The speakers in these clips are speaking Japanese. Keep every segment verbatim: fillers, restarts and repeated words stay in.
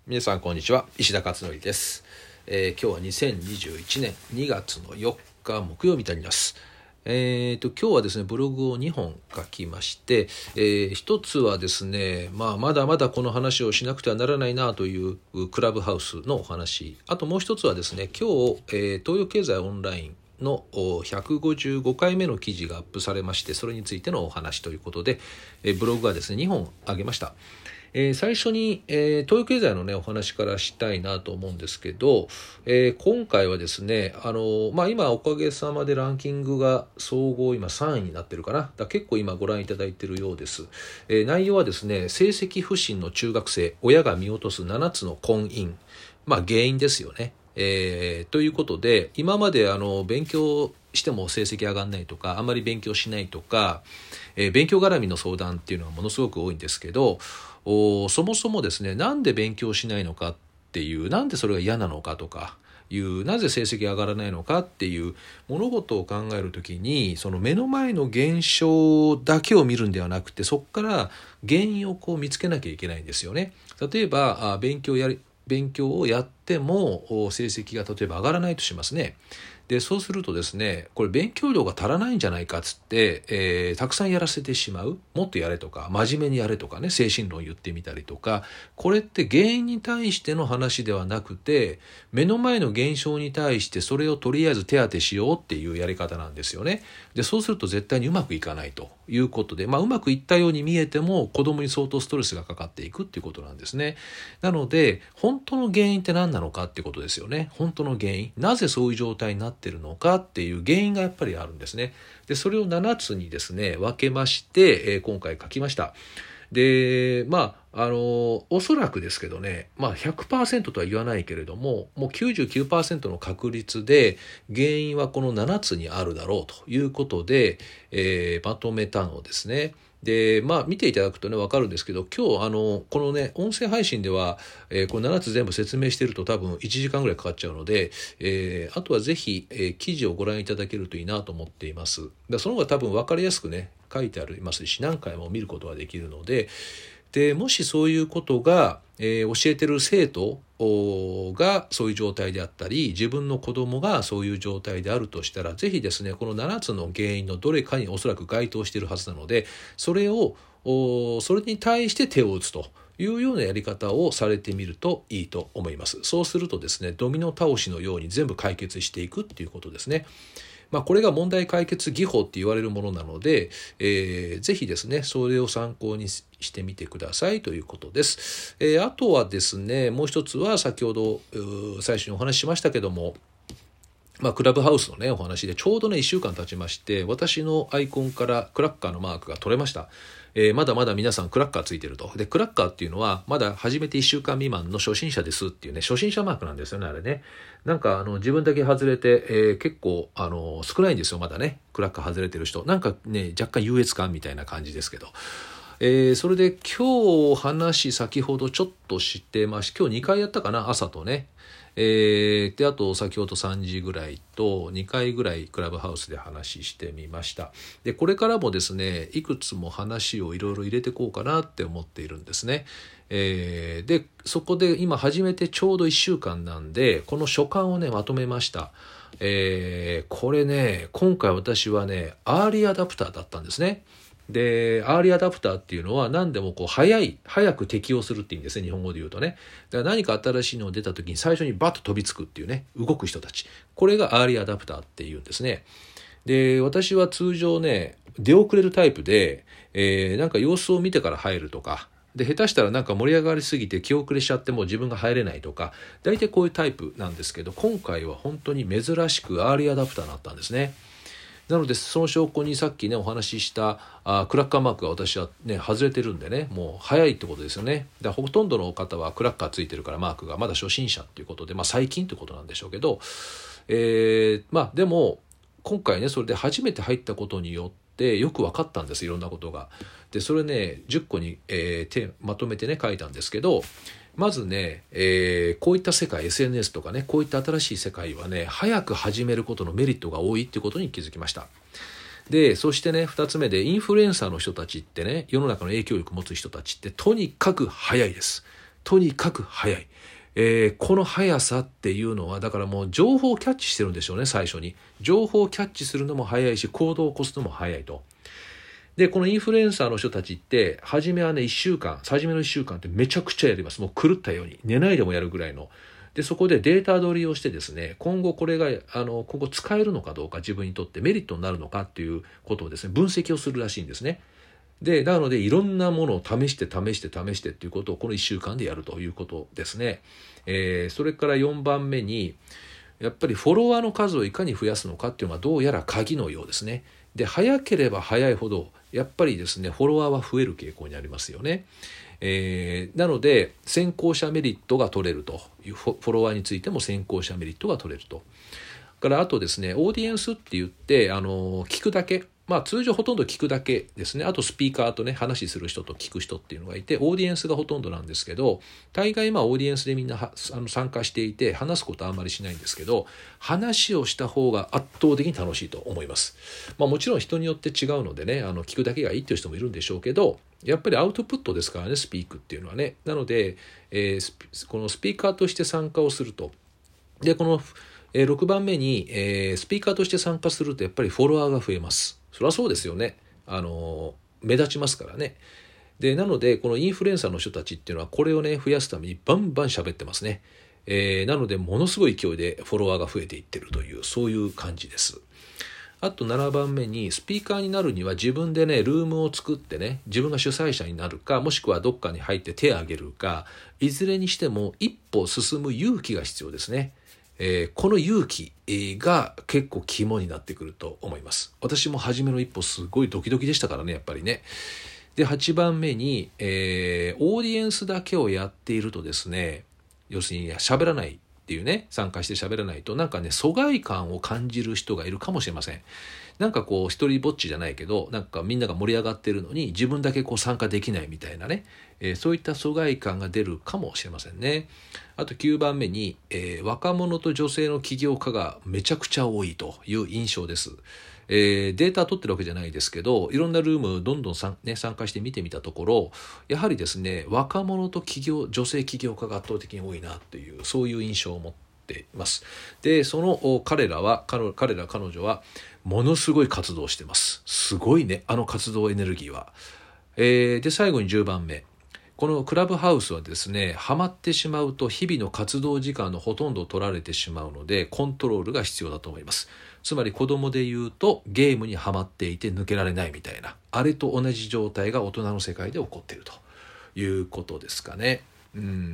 皆さんこんにちは、石田勝則です。えー、今日はにせんにじゅういちねんにがつのよっか木曜日になります。えーと今日はですねブログをにほん書きまして、えー、一つはですね、まあ、まだまだこの話をしなくてはならないなというクラブハウスのお話、あともう一つはですね今日、えー、東洋経済オンラインのひゃくごじゅうごかいめの記事がアップされまして、それについてのお話ということで、えー、ブログはですねにほん上げました。えー、最初に、えー、東洋経済のねお話からしたいなと思うんですけど、えー、今回はですねあの、まあ、今おかげさまでランキングが総合今さんいになってるかな。だ結構今ご覧いただいているようです。えー、内容はですね成績不振の中学生、親が見落とすななつの婚姻、まあ原因ですよね。えー、ということで今まであの勉強しても成績上がんないとか、あんまり勉強しないとか、えー、勉強絡みの相談っていうのはものすごく多いんですけど、そもそもですねなんで勉強しないのかっていう、なんでそれが嫌なのかとかいう、なぜ成績上がらないのかっていう物事を考えるときに、その目の前の現象だけを見るんではなくて、そこから原因をこう見つけなきゃいけないんですよね。例えば勉強やり勉強をやっても成績が例えば上がらないとしますね。でそうするとですね、これ勉強量が足らないんじゃないかっつって、えー、たくさんやらせてしまう。もっとやれとか真面目にやれとかね、精神論言ってみたりとか、これって原因に対しての話ではなくて、目の前の現象に対してそれをとりあえず手当てしようっていうやり方なんですよね。でそうすると絶対にうまくいかないということで、まあ、うまくいったように見えても子供に相当ストレスがかかっていくっていうことなんですね。なので本当の原因って何なのかってことですよね。本当の原因、なぜそういう状態になっているのかっていう原因がやっぱりあるんですね。でそれをななつにですね分けまして、えー、今回書きました。でまああのおそらくですけどね、まあ、ひゃくパーセント とは言わないけれども、もう きゅうじゅうきゅうパーセント の確率で原因はこのななつにあるだろうということで、えー、まとめたのですね。でまあ見ていただくとね分かるんですけど、今日あのこのね音声配信では、えー、このななつ全部説明していると多分いちじかんぐらいかかっちゃうので、えー、あとはぜひ、えー、記事をご覧いただけるといいなと思っています。だその方が多分分かりやすくね書いてありますし、何回も見ることができるので、でもしそういうことが、えー、教えてる生徒がそういう状態であったり、自分の子供がそういう状態であるとしたら、ぜひですねこのななつの原因のどれかにおそらく該当しているはずなので、それをそれに対して手を打つというようなやり方をされてみるといいと思います。そうするとですねドミノ倒しのように全部解決していくっていうことですね。まあ、これが問題解決技法って言われるものなので、えー、ぜひですねそれを参考にしてみてくださいということです。えー、あとはですねもう一つは先ほど最初にお話ししましたけども、まあ、クラブハウスのねお話でちょうどねいっしゅうかん経ちまして、私のアイコンからクラッカーのマークが取れました。えー、まだまだ皆さんクラッカーついてると。でクラッカーっていうのはまだ始めていっしゅうかん未満の初心者ですっていうね、初心者マークなんですよねあれね。なんかあの自分だけ外れて、えー、結構あの少ないんですよまだね、クラッカー外れてる人。なんかね若干優越感みたいな感じですけど、えー、それで今日話先ほどちょっとしてまし、今日にかいやったかな、朝とね。えー、であと先ほどさんじぐらいとにかいぐらいクラブハウスで話してみました。でこれからもですねいくつも話をいろいろ入れてこうかなって思っているんですね。えー、でそこで今始めてちょうどいっしゅうかんなんで、この書簡をねまとめました。えー、これね今回私はねアーリーアダプターだったんですね。でアーリーアダプターっていうのは何でもこう早い早く適応するっていうんですね、日本語で言うとね。だから何か新しいのが出た時に最初にバッと飛びつくっていうね、動く人たち、これがアーリーアダプターっていうんですね。で私は通常ね出遅れるタイプで、えー、なんか様子を見てから入るとかで、下手したらなんか盛り上がりすぎて気遅れしちゃってもう自分が入れないとか、大体こういうタイプなんですけど、今回は本当に珍しくアーリーアダプターになったんですね。なのでその証拠にさっきねお話ししたあクラッカーマークが私はね外れてるんでね、もう早いってことですよね。だからほとんどの方はクラッカーついてるからマークがまだ初心者っていうことで、まあ最近ってことなんでしょうけど、えー、まあでも今回ねそれで初めて入ったことによってよく分かったんです、いろんなことが。でそれねじゅっこに、えー、手まとめてね書いたんですけど、まずね、えー、こういった世界 エスエヌエス とかねこういった新しい世界はね早く始めることのメリットが多いっていうことに気づきました。でそしてねふたつめでインフルエンサーの人たちってね、世の中の影響力を持つ人たちってとにかく早いです。 とにかく速い。えー、この速さっていうのはだからもう情報をキャッチしてるんでしょうね。最初に情報をキャッチするのも速いし行動を起こすのも速いと。でこのインフルエンサーの人たちって初めはねいっしゅうかん初めのいっしゅうかんってめちゃくちゃやります。もう狂ったように寝ないでもやるぐらいの。でそこでデータ取りをしてですね、今後これがあの今後使えるのかどうか、自分にとってメリットになるのかっていうことをですね分析をするらしいんですね。でなのでいろんなものを試して試して試してっていうことをこのいっしゅうかんでやるということですね。えー、それからよんばんめにやっぱりフォロワーの数をいかに増やすのかっていうのはどうやら鍵のようですね。で早ければ早いほどやっぱりですねフォロワーは増える傾向にありますよね。えー、なので先行者メリットが取れるというフォロワーについても先行者メリットが取れると。からあとですねオーディエンスって言ってあの聞くだけ、まあ通常ほとんど聞くだけですね。あとスピーカーとね話する人と聞く人っていうのがいてオーディエンスがほとんどなんですけど、大概まあオーディエンスでみんなはあの参加していて話すことはあんまりしないんですけど、話をした方が圧倒的に楽しいと思います。まあもちろん人によって違うのでねあの聞くだけがいいっていう人もいるんでしょうけど、やっぱりアウトプットですからねスピークっていうのはね。なので、えー、このスピーカーとして参加をすると。でこのろくばんめに、えー、スピーカーとして参加するとやっぱりフォロワーが増えます。そりゃそうですよね。あの目立ちますからね。でなのでこのインフルエンサーの人たちっていうのはこれをね増やすためにバンバン喋ってますね。えー、なのでものすごい勢いでフォロワーが増えていってるというそういう感じです。あとななばんめにスピーカーになるには自分でねルームを作ってね自分が主催者になるかもしくはどっかに入って手を挙げるか、いずれにしても一歩進む勇気が必要ですね。えー、この勇気が結構肝になってくると思います。私も初めの一歩すごいドキドキでしたからねやっぱりね。ではちばんめに、えー、オーディエンスだけをやっているとですね、要するに喋らないっていうね参加して喋らないとなんかね疎外感を感じる人がいるかもしれません。なんかこう一人ぼっちじゃないけどなんかみんなが盛り上がってるのに自分だけこう参加できないみたいなね、えー、そういった疎外感が出るかもしれませんね。あときゅうばんめに、えー、若者と女性の起業家がめちゃくちゃ多いという印象です。えー、データ取ってるわけじゃないですけどいろんなルームどんどんさ、ね、参加して見てみたところやはりですね若者と起業女性起業家が圧倒的に多いなというそういう印象を持っています。でその彼らは彼彼ら彼女はものすごい活動をしてます。すごいねあの活動エネルギーは。えー、で最後にじゅうばんめ、このクラブハウスはですねハマってしまうと日々の活動時間のほとんどを取られてしまうのでコントロールが必要だと思います。つまり子供で言うとゲームにはまっていて抜けられないみたいなあれと同じ状態が大人の世界で起こっているということですかね。うん、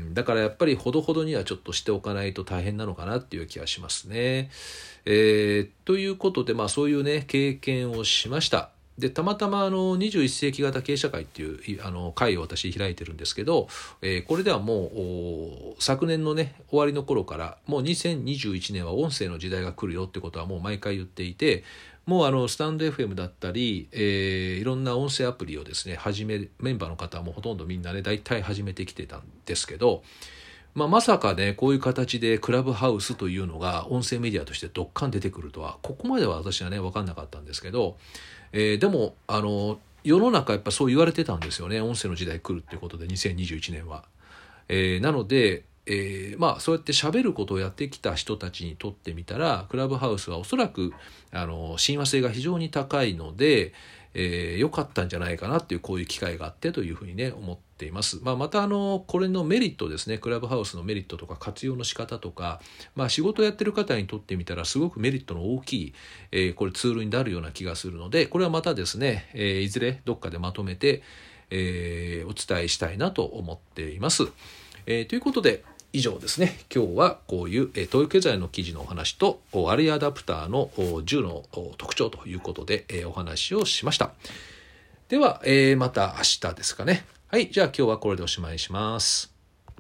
だからやっぱりほどほどにはちょっとしておかないと大変なのかなっていう気がしますね。えー、ということでまあそういうね経験をしました。でたまたまあのにじゅういっ世紀型経営者会っていうあの会を私開いてるんですけど、えー、これではもう昨年のね終わりの頃からもうにせんにじゅういちねんは音声の時代が来るよってことはもう毎回言っていて、もうあのスタンド エフエム だったり、えー、いろんな音声アプリをですね始めメンバーの方はもうほとんどみんなね大体始めてきてたんですけど、まあ、まさかねこういう形でクラブハウスというのが音声メディアとしてどっかん出てくるとはここまでは私はね分かんなかったんですけど、えー、でもあの世の中やっぱそう言われてたんですよね。音声の時代来るっていうことでにせんにじゅういちねんは、えー、なので、えー、まあそうやって喋ることをやってきた人たちにとってみたらクラブハウスはおそらくあの親和性が非常に高いので、えー、良かったんじゃないかなっていうこういう機会があってというふうにね思っています。まあ、またあのこれのメリットですね、クラブハウスのメリットとか活用の仕方とか、まあ、仕事をやってる方にとってみたらすごくメリットの大きい、えー、これツールになるような気がするので、これはまたですね、えー、いずれどっかでまとめて、えー、お伝えしたいなと思っています。えー、ということで以上ですね。今日はこういう、えー、東洋経済の記事のお話とアリアダプターのじゅうの特徴ということで、えー、お話をしました。では、えー、また明日ですかね。はい、じゃあ今日はこれでおしまいします。